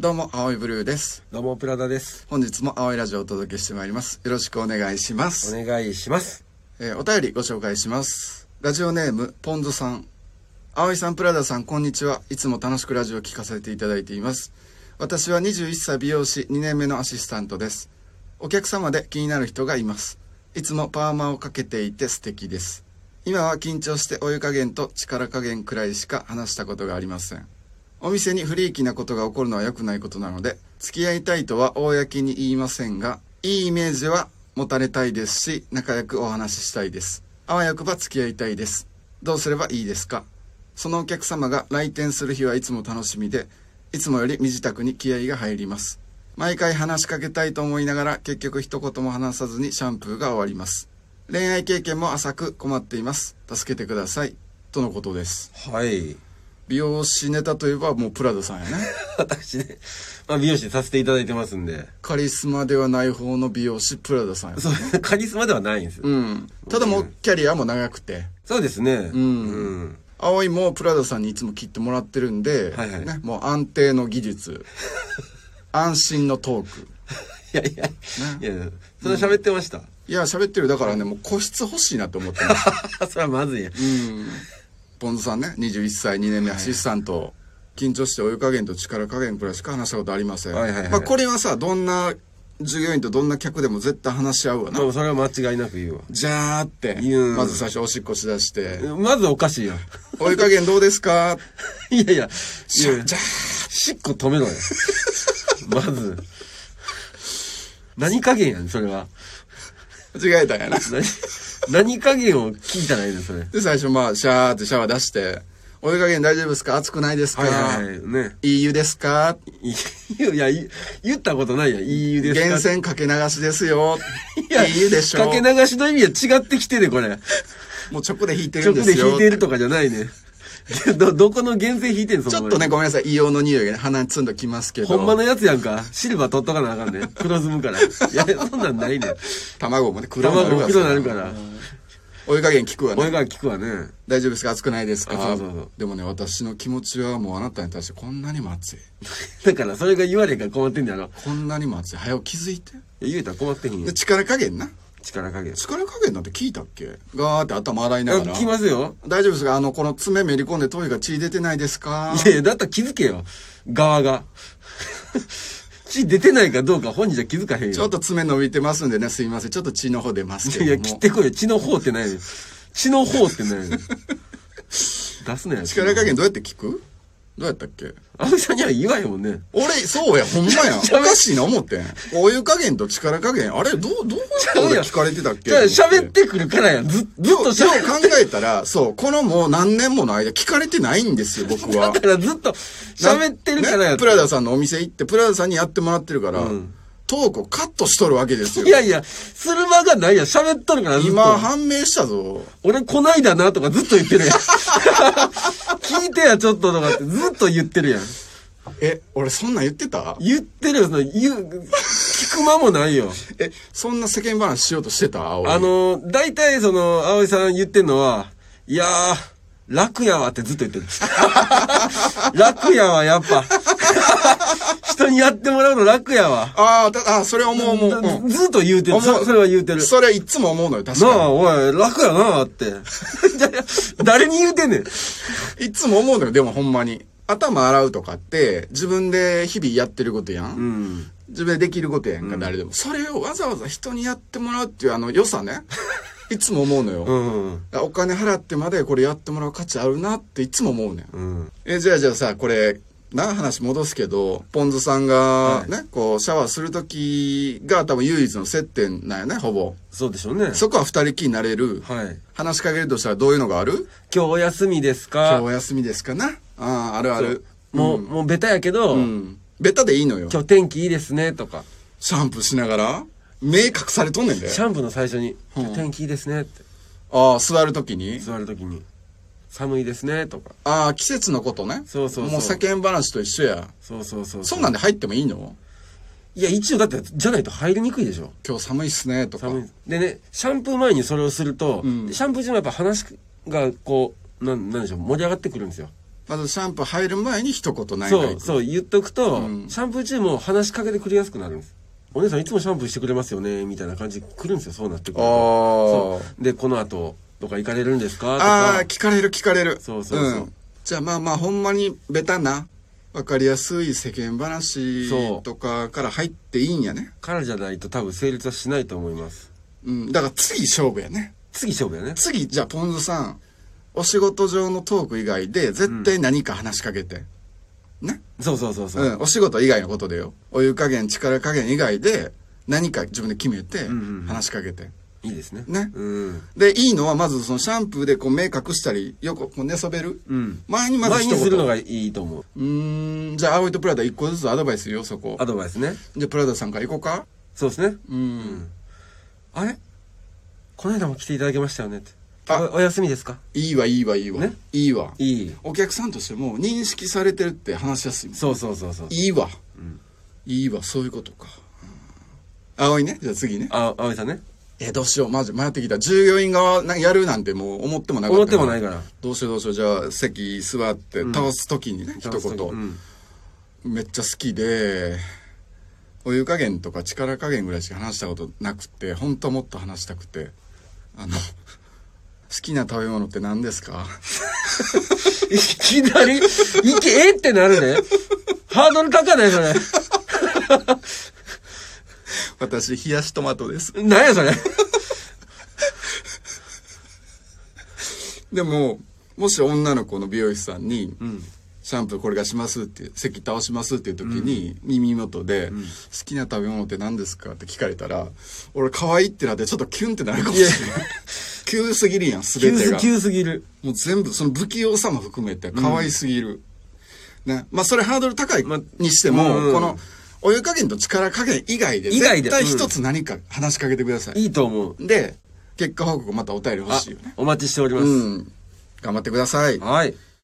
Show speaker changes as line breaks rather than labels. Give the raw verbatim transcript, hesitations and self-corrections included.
どうも、青いブルーです。
どうも、プラダです。
本日も青いラジオをお届けしてまいります。よろしくお願いします。
お願いします。
えー、お便りご紹介します。ラジオネーム、ポンズさん。青いさん、プラダさん、こんにちは。いつも楽しくラジオを聞かせていただいています。私はにじゅういっさい美容師にねんめのアシスタントです。お客様で気になる人がいます。いつもパーマをかけていて素敵です。今は緊張してお湯加減と力加減くらいしか話したことがありません。お店に不利益なことが起こるのは良くないことなので、付き合いたいとは公に言いませんが、いいイメージは持たれたいですし、仲良くお話ししたいです。あわよくば付き合いたいです。どうすればいいですか？そのお客様が来店する日はいつも楽しみで、いつもより身支度に気合が入ります。毎回話しかけたいと思いながら、結局一言も話さずにシャンプーが終わります。恋愛経験も浅く困っています。助けてください。とのことです。
はい。
美容師ネタといえばもうプラダさんやね。
私ね、まあ、美容師させていただいてますんで。
カリスマではない方の美容師プラダさんやね。
そう、カリスマではないんですよ。
うん。ただもうキャリアも長くて。
そうですね。
うん。うん、葵もプラダさんにいつも切ってもらってるんで、はいはい、ね、もう安定の技術、安心のトーク。
いやいや、ね、いや、それ喋ってました、うん、
いや、喋ってる。だからね、もう個室欲しいなと思って
ます。それはまずいや。
うん。ポンズさんね、にじゅういっさいにねんめアシスタント、はい、緊張してお湯加減と力加減くらいしか話したことありません。はいはいはい、まあこれはさ、どんな従業員とどんな客でも絶対話し合うわな。
まあそれは間違いなく言うわ。
じゃーって言う。まず最初おしっこしだして。
まずおかしいやん。
お湯加減どうですか？
いやいや、
じゃー。
しっこ止めろよ。まず。何加減やん、それは。
間違えたんやな。
何加減を聞いたらいいのそれ。
で、最初まあ、シャーってシャワー出して、お湯加減大丈夫ですか？熱くないですか？はいはいね。いい湯ですか？
いいや、言ったことないやん。いい湯ですか？
源泉かけ流しですよ。いや、いい湯でしょ。
かけ流しの意味は違ってきてね、これ。
もう直で引いてるんですよ。
直で引いてるとかじゃないね。ど、どこの源泉引いてんの？
ちょっとね、ごめんなさい。硫黄の匂いがね、鼻にツンときますけど。
ほんまのやつやんか。シルバー取っとかなあかんね。黒ずむから。いや、そんなんないね。
卵もね、黒になるから。
卵も黒になるから。
お湯加減効くわね。
お湯加減効くわね。
大丈夫ですか？熱くないですか？
そうそうそう。
でもね、私の気持ちはもうあなたに対してこんなにも熱い。
だからそれが言われへんから困ってんだろ。
こんなにも熱い。早く気づいて。
言えたら困ってへんよ。
力加減な。
力加減。
力加減なんて聞いたっけ？ガーって頭洗いながら。
聞きますよ。
大丈夫ですか？あの、この爪めり込んで頭皮が血出てないですか？
いやいや、だったら気づけよ。側が。血出てないかどうか本人じゃ気づかへんよ。
ちょっと爪伸びてますんでね、すいません。ちょっと血の方出ますけども。
いや、切ってこいよ。血の方ってないよ。血の方ってないよ。出すねや。
力加減どうやって聞く？どうやったっけ？
あのさんには言わへんもんね。
俺、そうや、ほんまや。おかしいな思ってん。お湯加減と力加減、あれ、どう、どう俺聞かれてたっけ？
喋ってくるからやん。ず、ずっと
喋って。考えたら、そう、このもう何年もの間聞かれてないんですよ、僕は。
だからずっと喋ってるからや、
ね。プラダさんのお店行って、プラダさんにやってもらってるから、うん、トークをカットしとるわけですよ。
いやいや、する間がないやん。喋っとるからずっと。
今判明したぞ。
俺、こないだなとかずっと言ってるやん。聞いてや、ちょっととかってずっと言ってるやん。
え、俺そんなん言ってた？
言ってるよ、その、言う、聞く間もないよ。
え、そんな世間話しようとしてた？
葵。あの、大体その、葵さん言ってんのは、いやー、楽やわってずっと言ってる。楽やわ、やっぱ。人にやってもらうの楽やわ。
ああ、あそれ思う思う、
うん。ずっと言うてる。そ, それは言うてる。
それはいつも思うのよ、確かに。
なあ、おい、楽やなって。誰に言うてんねん。
いつも思うのよ、でもほんまに。頭洗うとかって、自分で日々やってることやん。うん、自分でできることやんか、うん、誰でも。それをわざわざ人にやってもらうっていうあの良さね。いつも思うのよ。うんうん、お金払ってまでこれやってもらう価値あるなっていつも思うねん。うん、え、じゃあじゃあさ、これ、な、話戻すけど、ポンズさんがね、はい、こう、シャワーするときが多分唯一の接点なんよね、ほぼ。
そうでしょうね。
そこは二人きりになれる。はい。話しかけるとしたらどういうのがある？
今日お休みですか？
今日お休みですかな。ああ、あるある。
もう、うん、もうベタやけど、うん。
ベタでいいのよ。
今日天気いいですね、とか。
シャンプーしながら目隠されとんねんで。
シャンプーの最初に、今日天気いいですねって。
ああ、座るときに
座るときに。寒いですね、とか。
ああ、季節のことね。そうそうそう。もう世間話と一緒や。
そうそうそう。
そんなんで入ってもいいの？
いや、一応だって、じゃないと入りにくいでしょ。
今日寒いっすね、とか。寒い。
でね、シャンプー前にそれをすると、うん、シャンプー中もやっぱ話が、こう、なん、なんでしょう、盛り上がってくるんですよ。
まずシャンプー入る前に一言何か
そう、そう言っとくと、
うん
シャンプー中も話しかけてくれやすくなるんです。お姉さんいつもシャンプーしてくれますよね、みたいな感じ来るんですよ、そうなってくると。そうで、この後、どっか行かれるんですかとか。
ああ、聞かれる聞かれる。
そうそうそう。
ん、じゃあまあまあ、ほんまにベタな、わかりやすい世間話とかから入っていいんやね。
からじゃないと多分成立はしないと思います。
うん、だから次勝負やね。
次勝負やね。
次、じゃあポンズさん、お仕事上のトーク以外で絶対何か話しかけて。うん、ね。
そうそうそうそう、
うん。お仕事以外のことでよ。お湯加減、力加減以外で何か自分で決めて話しかけて。うんうん
うん、いいですね。
ね。
うん。
で、いいのはまずそのシャンプーでこう目隠したり、よくこう寝そべる。
うん。
前にまず一言。
前にするのがいいと思う。
うーん。じゃあ、葵とプラダ一個ずつアドバイスよ、そこ。
アドバイスね。
じゃあ、プラダさんから行こうか。
そうですね。
うん。うん、
あれこの間も来ていただきましたよねって。
あ
お、お休みですか？
いいわ、いいわ、いいわ。ね、いいわ。
いい。
お客さんとしても認識されてるって話しやすいもん。
そうそうそうそう。
いいわ。
うん。
いいわ、そういうことか。うん、葵ね。じゃあ次ね。
あ、葵さんね。
え、どうしよう。マジ迷ってきた。従業員側なやるなんてもう思ってもなかった。
思ってもないから。
どうしようどうしよう。じゃあ、席座って倒すときにね、うん、一言、うん。めっちゃ好きで、お湯加減とか力加減ぐらいしか話したことなくて、本当はもっと話したくて、あの、好きな食べ物って何ですか？
いきなり、いけ、えってなるね。ハードル高ないそれ。
私、冷やしトマトです。
何やそれ。
でも、もし女の子の美容師さんに、
うん、
シャンプーこれがしますって、席倒しますっていう時に、うん、耳元で、うん、好きな食べ物って何ですかって聞かれたら、俺可愛いってなってちょっとキュンってなるかもしれない。急すぎるやん、すべてが。
急すぎる。
もう全部、その不器用さも含めて可愛すぎる。うん、ね。まあそれハードル高いにしても、ま、この、お湯加減と力加減以外で、絶対一つ何か話しかけてください。
いいと思う。
で、結果報告またお便り欲しいよね。
お待ちしております。
うん。頑張ってください。
はい。